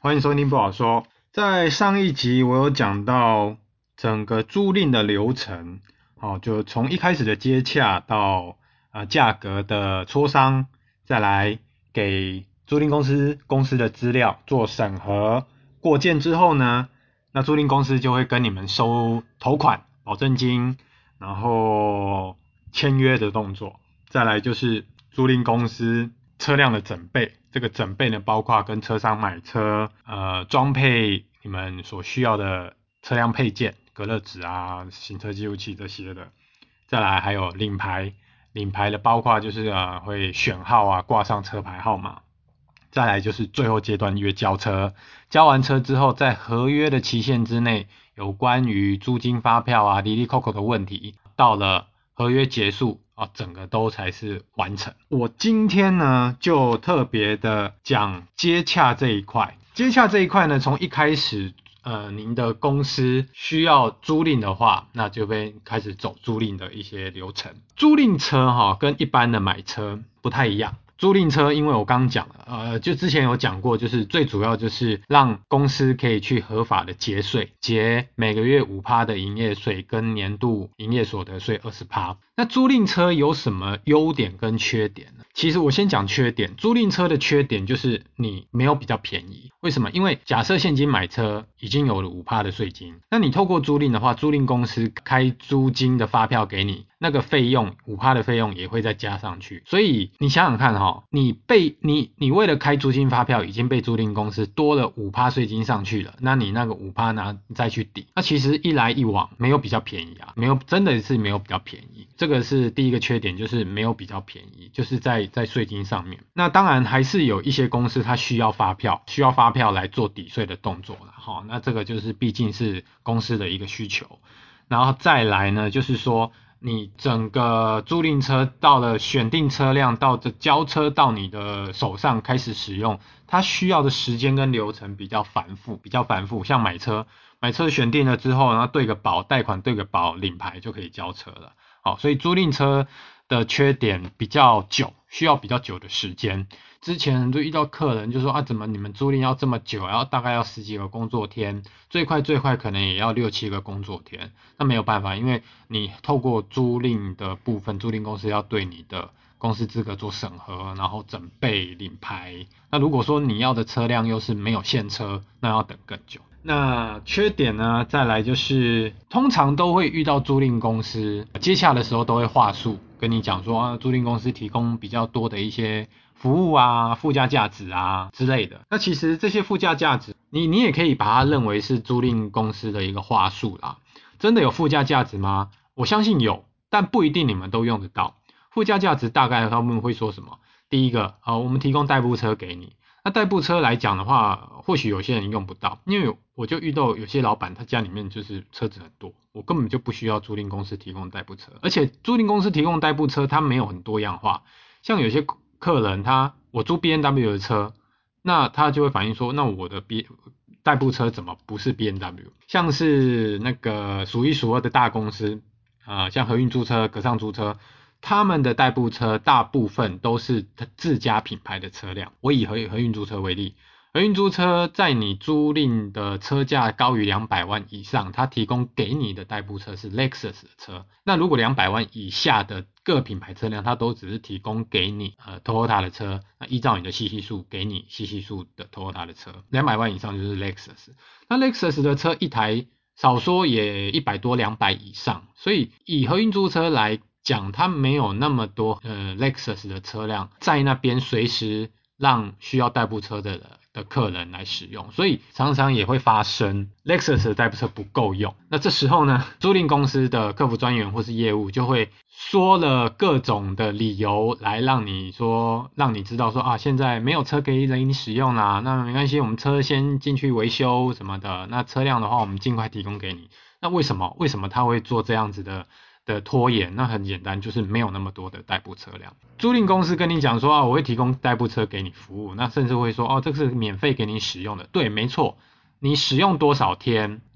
欢迎收听不好说。在上一集我有讲到整个租赁的流程，就从一开始的接洽到价格的磋商，再来给租赁公司的资料做审核，过件之后呢，那租赁公司就会跟你们收头款、保证金，然后签约的动作，再来就是租赁公司车辆的整备，这个整备呢，包括跟车商买车，装配你们所需要的车辆配件，隔热纸啊、行车记录器这些的。再来还有领牌，领牌的包括就是会选号啊，挂上车牌号码。再来就是最后阶段约交车，交完车之后，在合约的期限之内，有关于租金发票啊、哩哩扣扣的问题，到了合约结束整个都才是完成。我今天呢就特别的讲接洽这一块。接洽这一块呢，从一开始您的公司需要租赁的话，那就会开始走租赁的一些流程。租赁车跟一般的买车不太一样。租赁车，因为我刚刚讲了，就之前有讲过，就是最主要就是让公司可以去合法的节税，节每个月5%的营业税跟年度营业所得税20%。那租赁车有什么优点跟缺点呢？其实我先讲缺点，租赁车的缺点就是你没有比较便宜。为什么？因为假设现金买车已经有了5%的税金，那你透过租赁的话，租赁公司开租金的发票给你，那个费用5%的费用也会再加上去。所以你想想看你为了开租金发票已经被租赁公司多了5%税金上去了，那你那个5%拿再去抵，那其实一来一往没有比较便宜啊，真的是没有比较便宜。这个是第一个缺点，就是没有比较便宜，就是在税金上面。那当然还是有一些公司它需要发票来做抵税的动作啦，那这个就是毕竟是公司的一个需求。然后再来呢，就是说你整个租赁车到了选定车辆，到这交车到你的手上开始使用，它需要的时间跟流程比较繁复。像买车选定了之后，然后对个保，贷款对个保，领牌就可以交车了。所以租赁车的缺点比较久，需要比较久的时间。之前就遇到客人就说怎么你们租赁要这么久，大概要10几个工作天，最快可能也要6、7个工作天。那没有办法，因为你透过租赁的部分，租赁公司要对你的公司资格做审核，然后整备领牌。那如果说你要的车辆又是没有现车，那要等更久。那缺点呢，再来就是通常都会遇到租赁公司接洽的时候都会话术跟你讲说租赁公司提供比较多的一些服务啊、附加价值啊之类的。那其实这些附加价值，你也可以把它认为是租赁公司的一个话术啦。真的有附加价值吗？我相信有，但不一定你们都用得到。附加价值大概他们会说什么？第一个我们提供代步车给你。那代步车来讲的话，或许有些人用不到，因为我就遇到有些老板他家里面就是车子很多，我根本就不需要租赁公司提供代步车，而且租赁公司提供代步车它没有很多样化，像有些客人我租 BMW 的车，那他就会反映说，那我的代步车怎么不是 BMW？ 像是那个数一数二的大公司像和运租车、格上租车，他们的代步车大部分都是自家品牌的车辆。我以和运租车为例，和运租车在你租赁的车价高于200万以上，它提供给你的代步车是 Lexus 的车。那如果200万以下的各品牌车辆，它都只是提供给你Toyota 的车，那依照你的系数给你系数的 Toyota 的车。200万以上就是 Lexus。那 Lexus 的车一台少说也100多200以上，所以以和运租车来讲，它没有那么多Lexus 的车辆在那边随时让需要代步车的客人来使用，所以常常也会发生 Lexus 的代步车不够用。那这时候呢，租赁公司的客服专员或是业务就会说了各种的理由来让你知道说现在没有车可以给你使用啦，那没关系，我们车先进去维修什么的，那车辆的话我们尽快提供给你。那为什么他会做这样子的拖延？那很简单，就是没有那么多的代步车辆。租赁公司跟你讲说我会提供代步车给你服务，那甚至会说这是免费给你使用的。对，没错，你使用多少天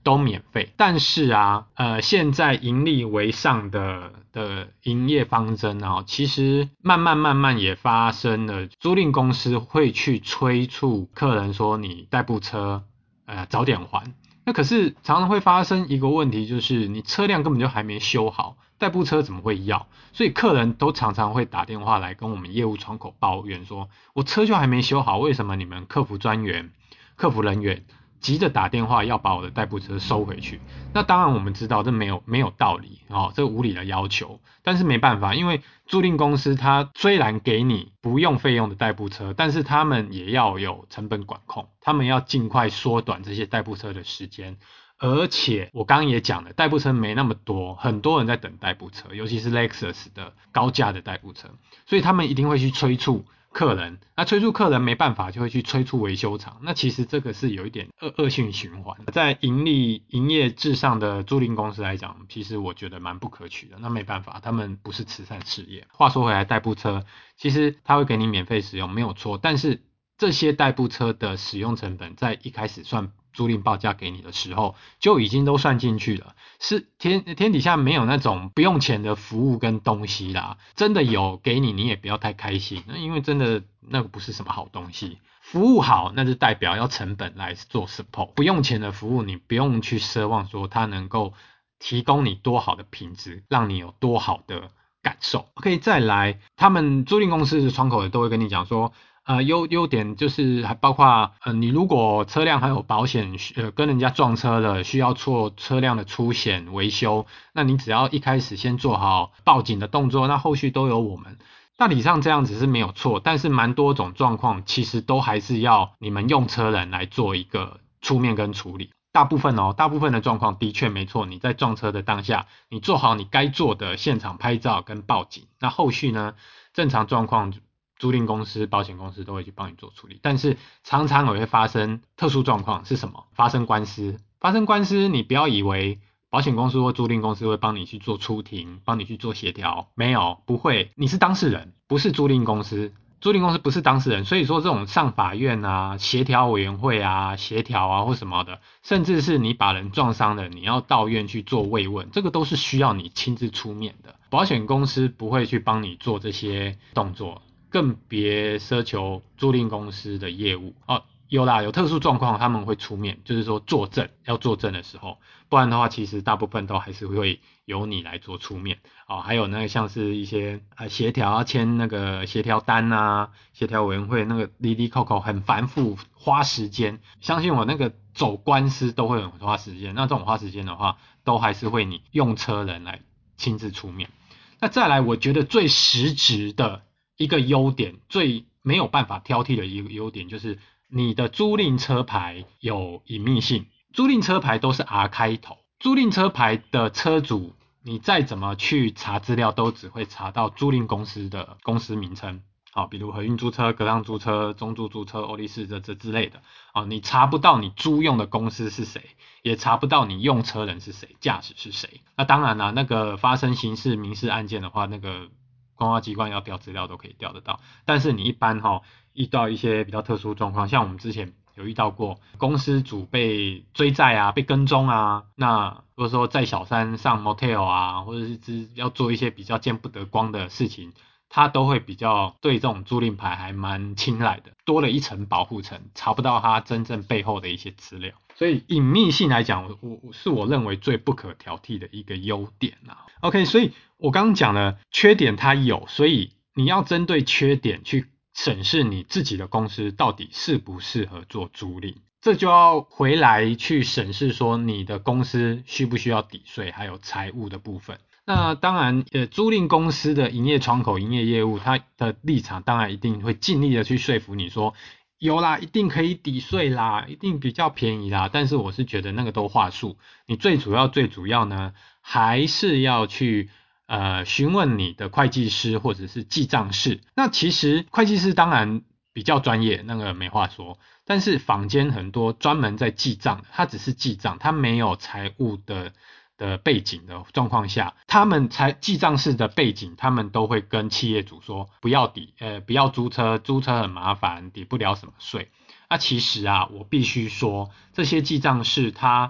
都免费。但是啊，现在盈利为上的营业方针啊，其实慢慢也发生了，租赁公司会去催促客人说你代步车早点还。那可是常常会发生一个问题，就是你车辆根本就还没修好，代步车怎么会要？所以客人都常常会打电话来跟我们业务窗口抱怨说，我车就还没修好，为什么你们客服人员急着打电话要把我的代步车收回去？那当然我们知道这没有道理这无理的要求，但是没办法，因为租赁公司它虽然给你不用费用的代步车，但是他们也要有成本管控，他们要尽快缩短这些代步车的时间。而且我刚刚也讲了，代步车没那么多，很多人在等代步车，尤其是 Lexus 的高价的代步车，所以他们一定会去催促客人，那催促客人没办法，就会去催促维修厂。那其实这个是有一点恶性循环，在营业至上的租赁公司来讲，其实我觉得蛮不可取的。那没办法，他们不是慈善事业。话说回来，代步车其实他会给你免费使用，没有错，但是这些代步车的使用成本在一开始算租赁报价给你的时候就已经都算进去了，是天底下没有那种不用钱的服务跟东西啦，真的有给你，你也不要太开心，因为真的那个不是什么好东西。服务好，那就代表要成本来做 support， 不用钱的服务你不用去奢望说它能够提供你多好的品质，让你有多好的感受。OK， 再来，他们租赁公司的窗口也都会跟你讲说，优点就是还包括，你如果车辆还有保险，跟人家撞车了，需要做车辆的出险维修，那你只要一开始先做好报警的动作，那后续都由我们。大体上这样子是没有错，但是蛮多种状况其实都还是要你们用车人来做一个出面跟处理。大部分的状况的确没错，你在撞车的当下，你做好你该做的现场拍照跟报警，那后续呢，正常状况租赁公司、保险公司都会去帮你做处理，但是常常也会发生特殊状况，是什么？发生官司，你不要以为保险公司或租赁公司会帮你去做出庭，帮你去做协调，没有，不会，你是当事人，不是租赁公司。租赁公司不是当事人，所以说这种上法院啊、协调委员会啊、协调啊或什么的，甚至是你把人撞伤了，你要到院去做慰问，这个都是需要你亲自出面的。保险公司不会去帮你做这些动作，更别奢求租赁公司的业务有啦，有特殊状况他们会出面，就是说作证，要作证的时候，不然的话，其实大部分都还是会由你来做出面。还有那个像是一些协调要签那个协调单啊，协调委员会那个哩哩扣扣很繁复，花时间。相信我，那个走官司都会很花时间。那这种花时间的话，都还是会你用车人来亲自出面。那再来，我觉得最实质的一个优点，最没有办法挑剔的一个优点，就是你的租赁车牌有隐秘性。租赁车牌都是 R 开头，租赁车牌的车主，你再怎么去查资料，都只会查到租赁公司的公司名称。比如和运租车、格浪租车、中租租车、欧力士这之类的。你查不到你租用的公司是谁，也查不到你用车人是谁，驾驶是谁。那当然啦，那个发生刑事、民事案件的话，那个公安机关要调资料都可以调得到。但是你一般遇到一些比较特殊状况，像我们之前有遇到过公司主被追债啊，被跟踪啊，那或者说载小三上 motel 啊，或者是要做一些比较见不得光的事情，他都会比较对这种租赁牌还蛮青睐的，多了一层保护层，查不到他真正背后的一些资料。所以隐秘性来讲，我认为最不可挑剔的一个优点啊。OK， 所以我刚刚讲了缺点它有，所以你要针对缺点去审视你自己的公司到底适不适合做租赁，这就要回来去审视说你的公司需不需要抵税，还有财务的部分。那当然，租赁公司的营业窗口、营业业务，它的立场当然一定会尽力的去说服你说，有啦，一定可以抵税啦，一定比较便宜啦。但是我是觉得那个都话术，你最主要呢，还是要去询问你的会计师或者是记账师。那其实会计师当然比较专业，那个没话说。但是坊间很多专门在记账的，他只是记账，他没有财务的背景的状况下，他们记账式的背景，他们都会跟企业主说不要不要租车，租车很麻烦，抵不了什么税。那其实啊，我必须说，这些记账式它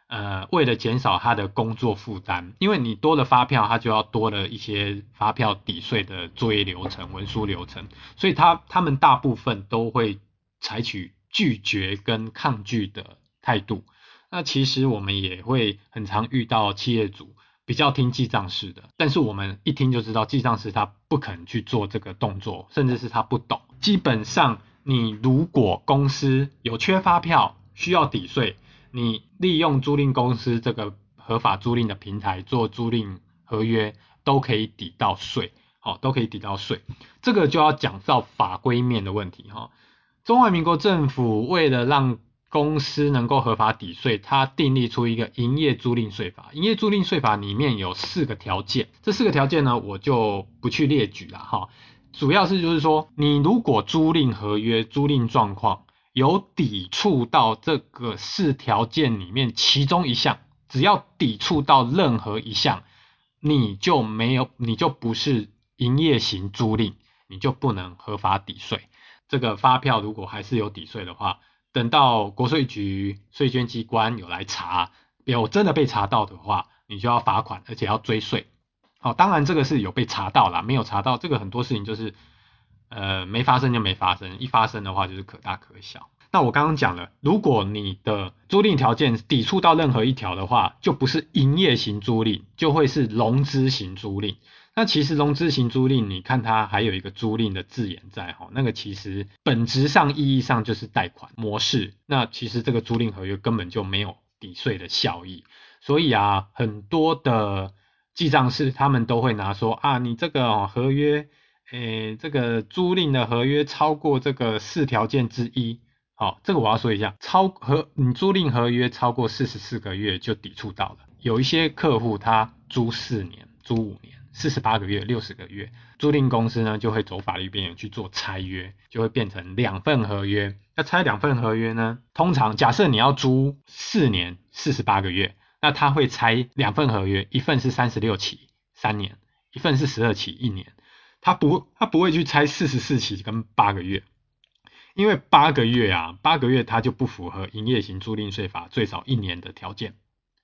为了减少他的工作负担，因为你多了发票，他就要多了一些发票抵税的作业流程、文书流程，所以他们大部分都会采取拒绝跟抗拒的态度。那其实我们也会很常遇到企业主比较听记账师的，但是我们一听就知道记账师他不肯去做这个动作，甚至是他不懂。基本上你如果公司有缺发票需要抵税，你利用租赁公司这个合法租赁的平台做租赁合约，都可以抵到税，都可以抵到税。这个就要讲到法规面的问题中华民国政府为了让公司能够合法抵税，它订立出一个营业租赁税法。营业租赁税法里面有4个条件，这4个条件呢，我就不去列举了主要是就是说，你如果租赁合约、租赁状况有抵触到这个4条件里面其中一项，只要抵触到任何一项，你就不是营业型租赁，你就不能合法抵税。这个发票如果还是有抵税的话，等到国税局税捐机关有来查，有真的被查到的话，你就要罚款，而且要追税。当然这个是有被查到啦，没有查到，这个很多事情就是没发生就没发生，一发生的话就是可大可小。那我刚刚讲了，如果你的租赁条件抵触到任何一条的话，就不是营业型租赁，就会是融资型租赁。那其实融资型租赁，你看它还有一个租赁的字眼在那个其实本质上意义上就是贷款模式。那其实这个租赁合约根本就没有抵税的效益，所以很多的记账师他们都会拿说你这个合约，这个租赁的合约超过这个4条件之一。这个我要说一下，你租赁合约超过44个月就抵触到了。有一些客户他租4年、租5年、48个月、60个月，租赁公司呢就会走法律边缘去做拆约，就会变成2份合约。那拆2份合约呢，通常假设你要租4年48个月，那他会拆2份合约，一份是36期3年，一份是12期1年，他不会去拆44期跟8个月。因为8个月它就不符合营业型租赁税法最少1年的条件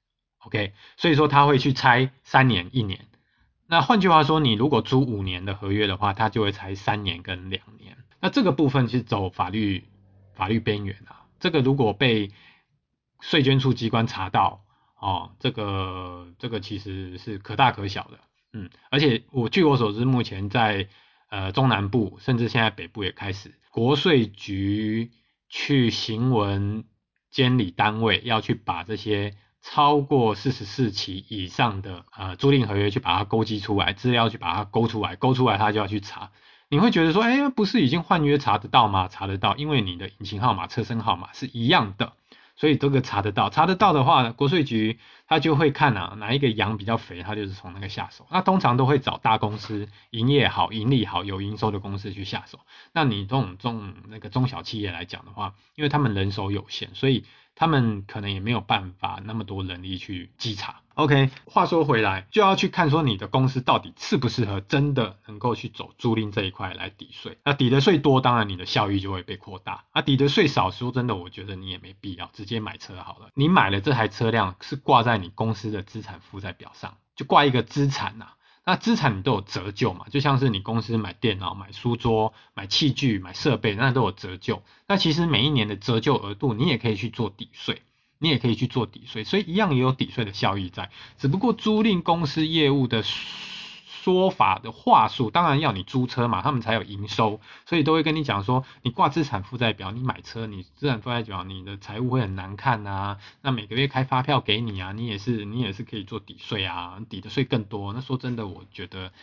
，OK， 所以说他会去拆3年1年。那换句话说，你如果租5年的合约的话，他就会拆3年跟2年。那这个部分是走法律边缘这个如果被税捐处机关查到这个其实是可大可小的，而且据我所知，目前在中南部，甚至现在北部也开始，国税局去行文监理单位要去把这些超过44期以上的租赁合约去把它勾稽出来，资料去把它勾出来他就要去查。你会觉得说，不是已经换约查得到吗？查得到，因为你的引擎号码、车身号码是一样的。所以这个查得到的话，国税局他就会看哪一个羊比较肥，他就是从那个下手。那通常都会找大公司，营业好、盈利好、有营收的公司去下手。那你这种那个中小企业来讲的话，因为他们人手有限，所以他们可能也没有办法那么多人力去稽查。OK， 话说回来，就要去看说你的公司到底适不适合真的能够去走租赁这一块来抵税。那抵的税多，当然你的效益就会被扩大。抵的税少，说真的，我觉得你也没必要直接买车好了。你买了这台车辆是挂在你公司的资产负债表上，就挂一个资产那资产你都有折旧嘛，就像是你公司买电脑、买书桌、买器具、买设备，那都有折旧。那其实每一年的折旧额度，你也可以去做抵税。所以一样也有抵税的效益在，只不过租赁公司业务的说法的话术，当然要你租车嘛，他们才有营收，所以都会跟你讲说，你挂资产负债表，你买车，你资产负债表，你的财务会很难看那每个月开发票给你你也是可以做抵税抵的税更多。那说真的，我觉得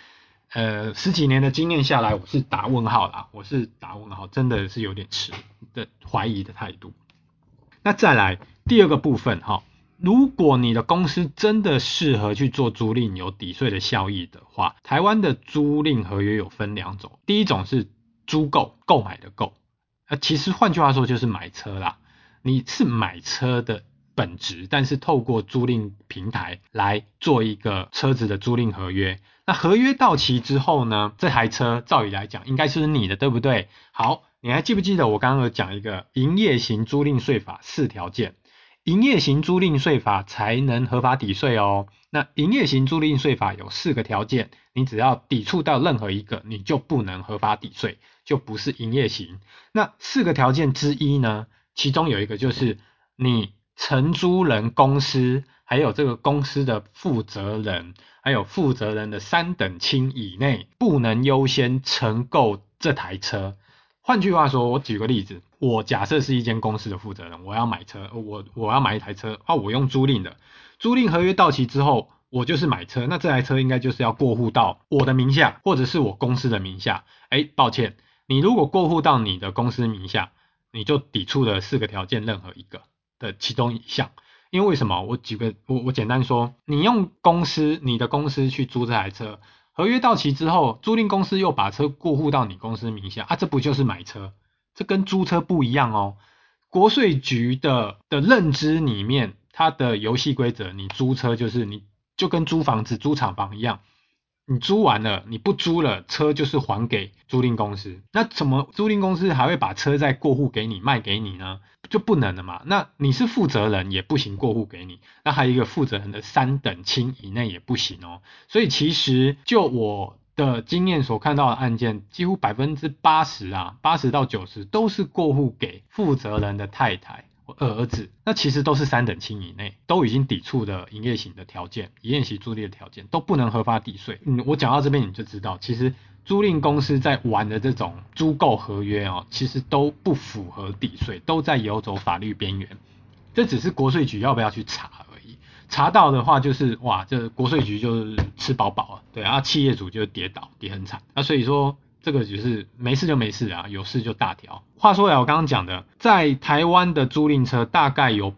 10几年的经验下来，我是打问号，真的是有点怀疑的态度。那再来第二个部分如果你的公司真的适合去做租赁有抵税的效益的话，台湾的租赁合约有分2种，第一种是租购买的购，其实换句话说就是买车啦，你是买车的本质，但是透过租赁平台来做一个车子的租赁合约。那合约到期之后呢，这台车照理来讲应该是你的，对不对？好，你还记不记得我刚刚有讲一个营业型租赁税法4条件？ 营业型租赁税法才能合法抵税哦。那营业型租赁税法有4个条件，你只要抵触到任何一个，你就不能合法抵税，就不是营业型。那4个条件之一呢，其中有一个就是你承租人公司，还有这个公司的负责人，还有负责人的3等亲以内，不能优先承购这台车。换句话说，我举个例子，我假设是一间公司的负责人，我要买车，我要买一台车啊，我用租赁的，租赁合约到期之后，我就是买车，那这台车应该就是要过户到我的名下，或者是我公司的名下。抱歉，你如果过户到你的公司名下，你就抵触了4个条件任何一个的其中一项。因为为什么？我简单说，你用你的公司去租这台车，合约到期之后，租赁公司又把车过户到你公司名下啊，这不就是买车？这跟租车不一样哦。国税局的认知里面，它的游戏规则，你租车就是你就跟租房子、租厂房一样，你租完了，你不租了，车就是还给租赁公司。那怎么租赁公司还会把车再过户给你、卖给你呢？就不能了嘛。那你是负责人也不行过户给你，那还有一个负责人的3等亲以内也不行哦。所以其实就我的经验所看到的案件，几乎80%啊，80到90都是过户给负责人的太太、儿子，那其实都是3等亲以内，都已经抵触的营业型的条件、营业型租赁的条件，都不能合法抵税。我讲到这边你就知道，其实租赁公司在玩的这种租购合约哦，其实都不符合抵税，都在游走法律边缘。这只是国税局要不要去查而已。查到的话就是哇，这国税局就是吃饱饱啊，对啊，企业主就跌很惨。那所以说这个就是没事就没事啊，有事就大条。话说回来，我刚刚讲的，在台湾的租赁车大概有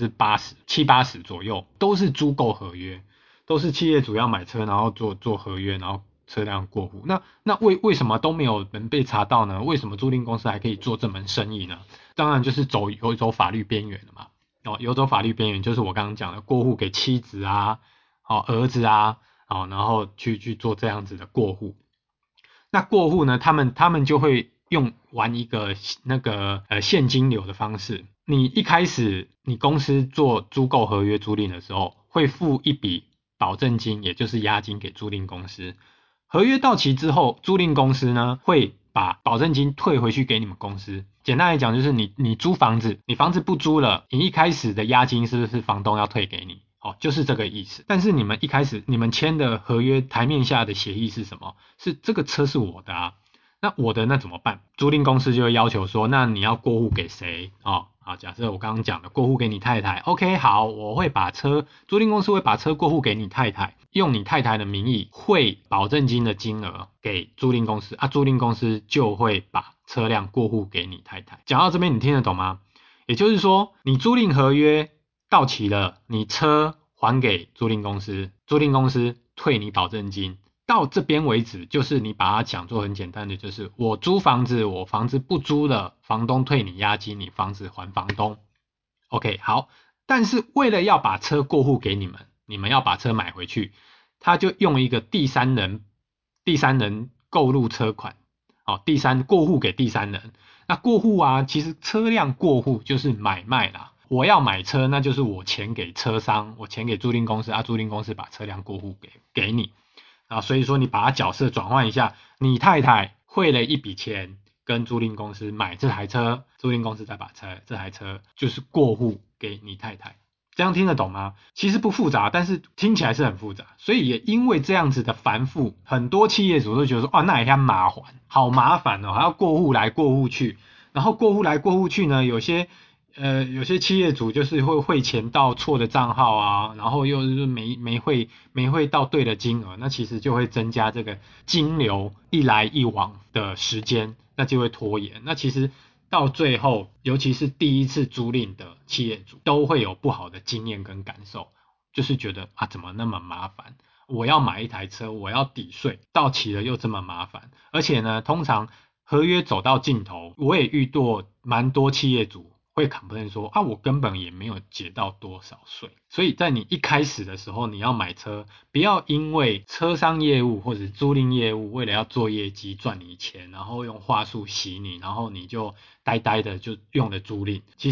70%-80%左右都是租购合约，都是企业主要买车，然后做合约，然后车辆过户。那为什么都没有人被查到呢？为什么租赁公司还可以做这门生意呢？当然就是游走法律边缘了嘛。游走法律边缘就是我刚刚讲的过户给妻子啊，儿子啊，然后去做这样子的过户。那过户呢，他们就会玩一个现金流的方式。你一开始你公司做租购合约租赁的时候，会付一笔保证金，也就是押金给租赁公司。合约到期之后，租赁公司呢会把保证金退回去给你们公司。简单来讲，就是你租房子，你房子不租了，你一开始的押金是不是房东要退给你？就是这个意思。但是你们一开始你们签的合约台面下的协议是什么？是这个车是我的啊，那我的那怎么办？租赁公司就会要求说，那你要过户给谁？好，假设我刚刚讲的过户给你太太 ，OK， 好，租赁公司会把车过户给你太太，用你太太的名义汇保证金的金额给租赁公司啊，租赁公司就会把车辆过户给你太太。讲到这边你听得懂吗？也就是说，你租赁合约到期了，你车还给租赁公司，租赁公司退你保证金。到这边为止，就是你把它讲做很简单的，就是我租房子，我房子不租了，房东退你押金，你房子还房东。OK， 好，但是为了要把车过户给你们，你们要把车买回去，他就用一个第三人购入车款，过户给第三人。那过户啊，其实车辆过户就是买卖啦。我要买车，那就是我钱给车商，我钱给租赁公司啊，租赁公司把车辆过户给你啊。所以说你把它角色转换一下，你太太汇了一笔钱跟租赁公司买这台车，租赁公司再把这台车就是过户给你太太。这样听得懂吗？其实不复杂，但是听起来是很复杂，所以也因为这样子的繁复，很多企业主都觉得说，那也很麻烦，好麻烦哦，还要过户来过户去，然后过户来过户去呢，有些企业主就是会汇钱到错的账号啊，然后又是没汇到对的金额，那其实就会增加这个金流一来一往的时间，那就会拖延。那其实到最后，尤其是第一次租赁的企业主，都会有不好的经验跟感受，就是觉得怎么那么麻烦？我要买一台车，我要抵税，到期了又这么麻烦，而且呢，通常合约走到尽头，我也遇过蛮多企业主会 complain 说我根本也没有结到多少税。所以在你一开始的时候，你要买车，不要因为车商业务或者租赁业务为了要做业绩赚你钱，然后用话术洗你，然后你就呆呆的就用了租赁。其实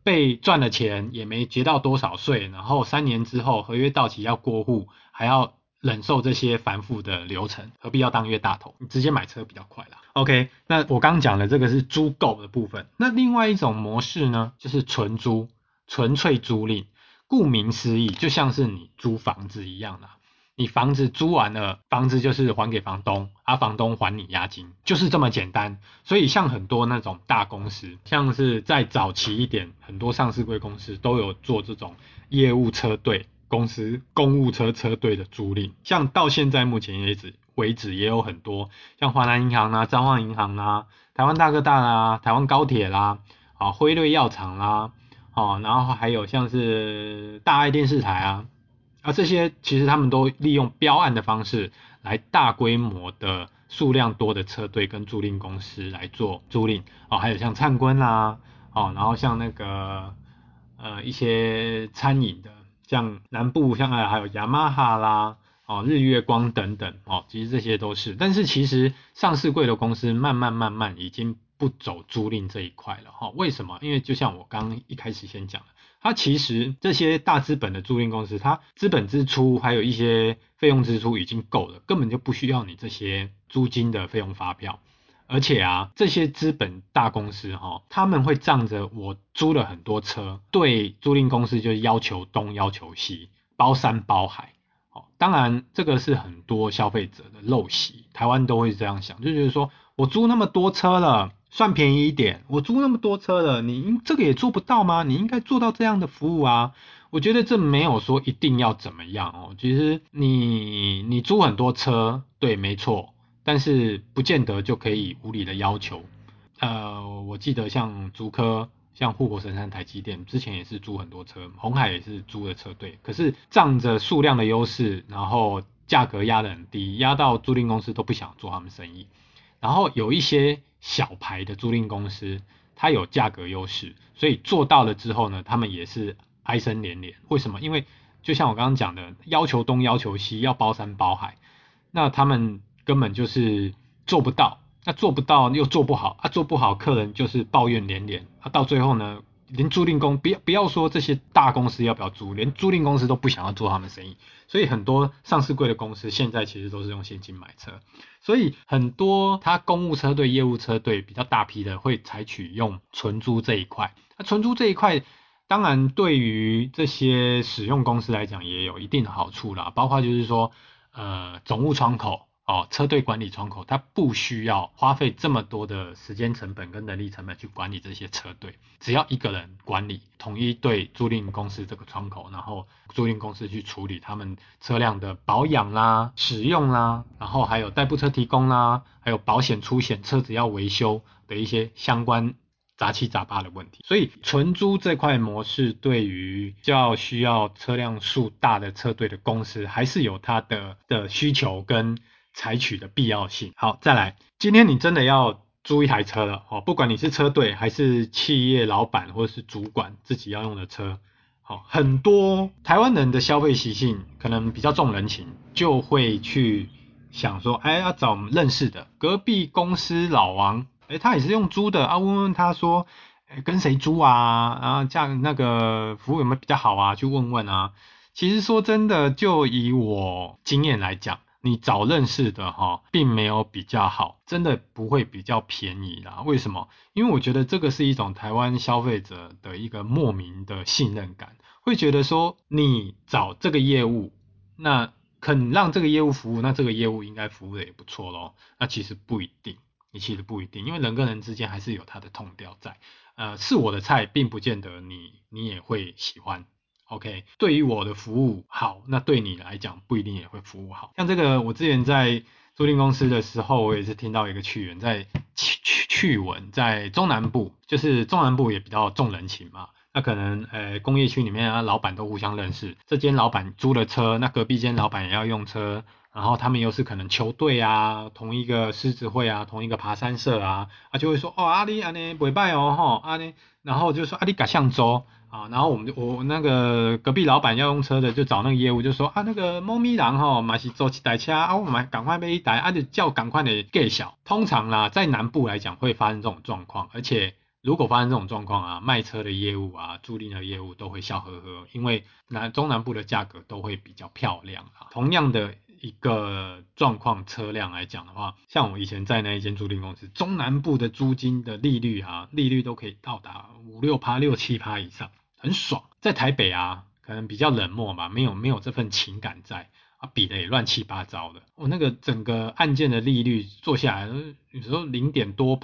被赚了钱也没结到多少税，然后3年之后合约到期要过户，还要忍受这些繁复的流程，何必要当冤大头？你直接买车比较快啦。OK， 那我刚讲的这个是租购的部分。那另外一种模式呢，就是纯租，纯粹租赁。顾名思义，就像是你租房子一样啦。你房子租完了，房子就是还给房东，房东还你押金，就是这么简单。所以像很多那种大公司，像是在早期一点，很多上市柜公司都有做这种业务车队公司公务车车队的租赁，像到现在目前为止也有很多，像华南银行啦、彰化银行啦、台湾大哥大啦、台湾高铁啦、辉瑞药厂啦，然后还有像是大爱电视台这些其实他们都利用标案的方式来大规模的数量多的车队跟租赁公司来做租赁，还有像灿坤啦，然后像那个一些餐饮的，像南部像还有雅马哈啦，日月光等等，其实这些都是，但是其实上市柜的公司慢慢已经不走租赁这一块了，为什么？因为就像我刚一开始先讲的，它其实这些大资本的租赁公司，它资本支出还有一些费用支出已经够了，根本就不需要你这些租金的费用发票。而且这些资本大公司他们会仗着我租了很多车，对租赁公司就要求东要求西，包山包海。当然这个是很多消费者的陋习，台湾都会这样想，就觉得说我租那么多车了，算便宜一点，我租那么多车了，你这个也做不到吗？你应该做到这样的服务啊。我觉得这没有说一定要怎么样其实你租很多车，对，没错，但是不见得就可以无理的要求。我记得像竹科、像护国神山、台积电之前也是租很多车，鸿海也是租的车队，可是仗着数量的优势，然后价格压得很低，压到租赁公司都不想做他们生意。然后有一些小牌的租赁公司，它有价格优势，所以做到了之后呢，他们也是哀声连连。为什么？因为就像我刚刚讲的，要求东要求西，要包山包海，那他们根本就是做不到。那做不到又做不好，做不好客人就是抱怨连连，到最后呢，连租赁公不要说这些大公司要不要租，连租赁公司都不想要做他们生意，所以很多上市柜的公司现在其实都是用现金买车，所以很多他公务车队、业务车队比较大批的会采取用纯租这一块，那纯租这一块。当然，对于这些使用公司来讲，也有一定的好处啦，包括就是说，总务窗口车队管理窗口，它不需要花费这么多的时间成本跟人力成本去管理这些车队，只要一个人管理，统一对租赁公司这个窗口，然后租赁公司去处理他们车辆的保养啦、使用啦，然后还有代步车提供啦，还有保险出险、车子要维修的一些相关杂七杂八的问题，所以纯租这块模式对于较需要车辆数大的车队的公司，还是有它的需求跟采取的必要性。好，再来，今天你真的要租一台车了不管你是车队还是企业老板或者是主管自己要用的车，很多台湾人的消费习性可能比较重人情，就会去想说，要找我们认识的隔壁公司老王。他也是用租的问问他说，跟谁租这样那个服务有没有比较好去问问其实说真的，就以我经验来讲，你找认识的并没有比较好，真的不会比较便宜啦。为什么？因为我觉得这个是一种台湾消费者的一个莫名的信任感，会觉得说你找这个业务，那肯让这个业务服务，那这个业务应该服务的也不错咯。那其实不一定。你其实不一定，因为人跟人之间还是有他的痛调在。是我的菜，并不见得你也会喜欢。OK， 对于我的服务好，那对你来讲不一定也会服务好。像这个，我之前在租赁公司的时候，我也是听到一个趣闻，趣闻在中南部，就是中南部也比较重人情嘛。那可能工业区里面老板都互相认识，这间老板租了车，那隔壁间老板也要用车，然后他们又是可能球队同一个狮子会同一个爬山社就会说你安尼不错你，然后就说你改向周然后我那个隔壁老板要用车的，就找那个业务就说那个猫咪郎嘛是租一台车我们赶快买一台就叫赶快的介绍。通常啦，在南部来讲会发生这种状况，而且如果发生这种状况啊，卖车的业务啊，租赁的业务都会笑呵呵，因为中南部的价格都会比较漂亮啊。同样的一个状况车辆来讲的话，像我以前在那一间租赁公司，中南部的租金的利率啊，利率都可以到达5-6%、6-7%以上，很爽。在台北啊，可能比较冷漠嘛，没有这份情感在。比的也乱七八糟的，那个整个案件的利率做下来，有时候0.多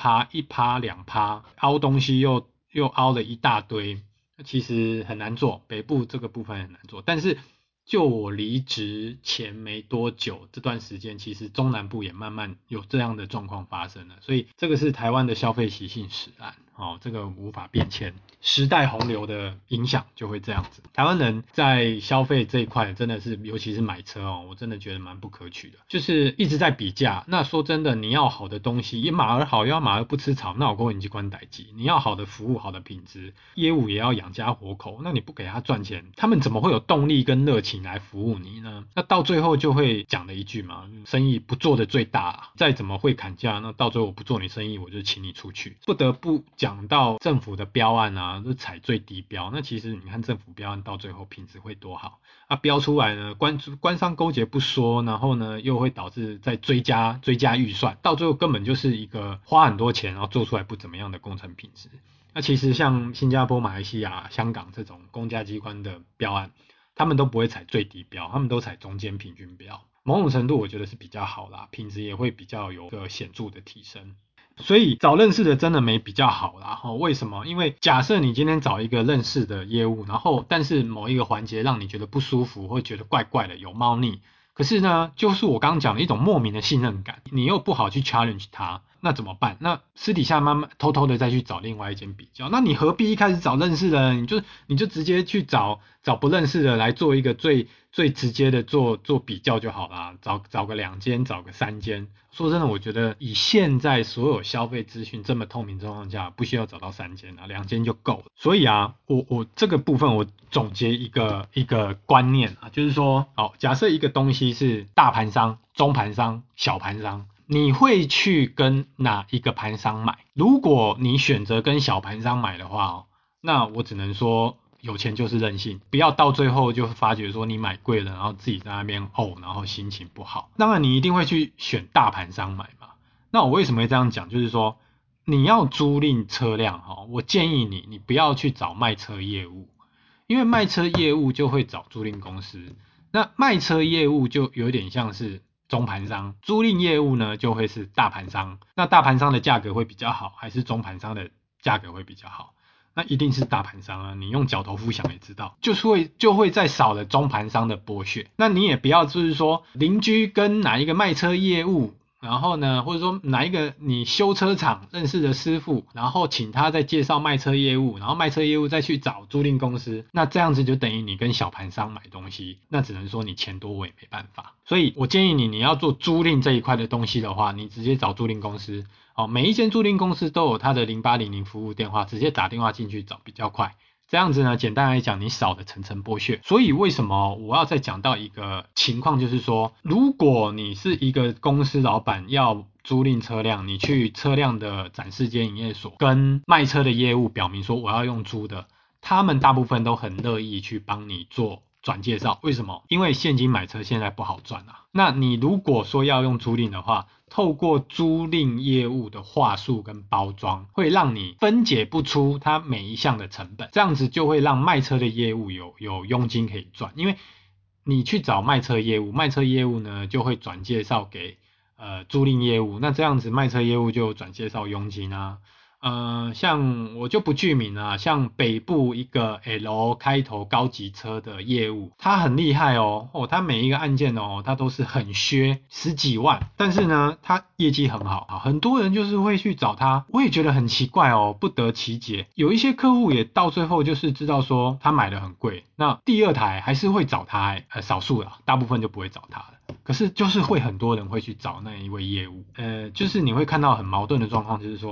%、1%、2%，凹东西又凹了一大堆，其实很难做，北部这个部分很难做。但是就我离职前没多久这段时间，其实中南部也慢慢有这样的状况发生了，所以这个是台湾的消费习性使然，这个无法变迁，时代洪流的影响就会这样子。台湾人在消费这一块真的是，尤其是买车我真的觉得蛮不可取的，就是一直在比价。那说真的，你要好的东西，也马儿好，要马儿不吃草，那我跟你去关代机。你要好的服务、好的品质，业务也要养家活口，那你不给他赚钱，他们怎么会有动力跟热情来服务你呢？那到最后就会讲了一句嘛，生意不做的最大，再怎么会砍价，那到最后我不做你生意，我就请你出去。不得不讲到政府的标案啊，都采最低标，那其实你看政府标案到最后品质会多好标出来呢，官商勾结不说，然后呢又会导致再追加预算，到最后根本就是一个花很多钱然后做出来不怎么样的工程品质。那其实像新加坡、马来西亚、香港这种公家机关的标案，他们都不会采最低标，他们都采中间平均标，某种程度我觉得是比较好啦，品质也会比较有个显著的提升。所以找认识的真的没比较好啦，为什么？因为假设你今天找一个认识的业务，然后但是某一个环节让你觉得不舒服，或觉得怪怪的，有猫腻，可是呢，就是我刚刚讲的一种莫名的信任感，你又不好去 challenge 它，那怎么办？那私底下慢慢偷偷的再去找另外一间比较，那你何必一开始找认识的人，你就直接去找不认识的来做一个最直接的做比较就好啦，找个2间，找个3间。说真的，我觉得以现在所有消费资讯这么透明状况下，不需要找到3间啊，2间就够了。所以啊，我这个部分我总结一个观念啊，就是说，假设一个东西是大盘商、中盘商、小盘商，你会去跟哪一个盘商买？如果你选择跟小盘商买的话那我只能说有钱就是任性，不要到最后就发觉说你买贵了，然后自己在那边然后心情不好。当然你一定会去选大盘商买嘛。那我为什么会这样讲？就是说你要租赁车辆我建议你不要去找卖车业务，因为卖车业务就会找租赁公司，那卖车业务就有点像是中盘商，租赁业务呢就会是大盘商。那大盘商的价格会比较好，还是中盘商的价格会比较好？那一定是大盘商啊，你用脚头夫想也知道，就会再少了中盘商的剥削。那你也不要就是说邻居跟哪一个卖车业务，然后呢，或者说哪一个你修车厂认识的师傅，然后请他再介绍卖车业务，然后卖车业务再去找租赁公司，那这样子就等于你跟小盘商买东西，那只能说你钱多我也没办法。所以我建议你要做租赁这一块的东西的话，你直接找租赁公司。每一间租赁公司都有它的0800服务电话，直接打电话进去找比较快。这样子呢，简单来讲，你少了层层剥削。所以为什么我要再讲到一个情况，就是说，如果你是一个公司老板要租赁车辆，你去车辆的展示间营业所跟卖车的业务表明说我要用租的，他们大部分都很乐意去帮你做转介绍。为什么？因为现金买车现在不好赚啊。那你如果说要用租佣的话，透过租赁业务的话术跟包装，会让你分解不出它每一项的成本，这样子就会让卖车的业务有佣金可以赚。因为你去找卖车业务，卖车业务呢就会转介绍给租赁业务，那这样子卖车业务就转介绍佣金啊。像我就不具名啊，像北部一个 L 开头高级车的业务，他很厉害他每一个案件他都是很削10几万，但是呢，他业绩很好，很多人就是会去找他，我也觉得很奇怪不得其解。有一些客户也到最后就是知道说他买的很贵，那第二台还是会找他少数啦，大部分就不会找他了。可是就是会很多人会去找那一位业务，就是你会看到很矛盾的状况，就是说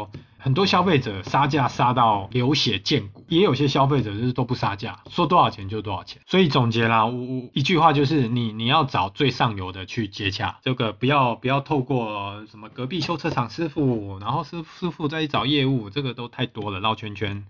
很多消费者杀价杀到流血见骨，也有些消费者就是都不杀价，说多少钱就多少钱。所以总结啦，我一句话就是你要找最上游的去接洽，这个不要透过什么隔壁修车厂师傅，然后师傅再去找业务，这个都太多了，绕圈圈。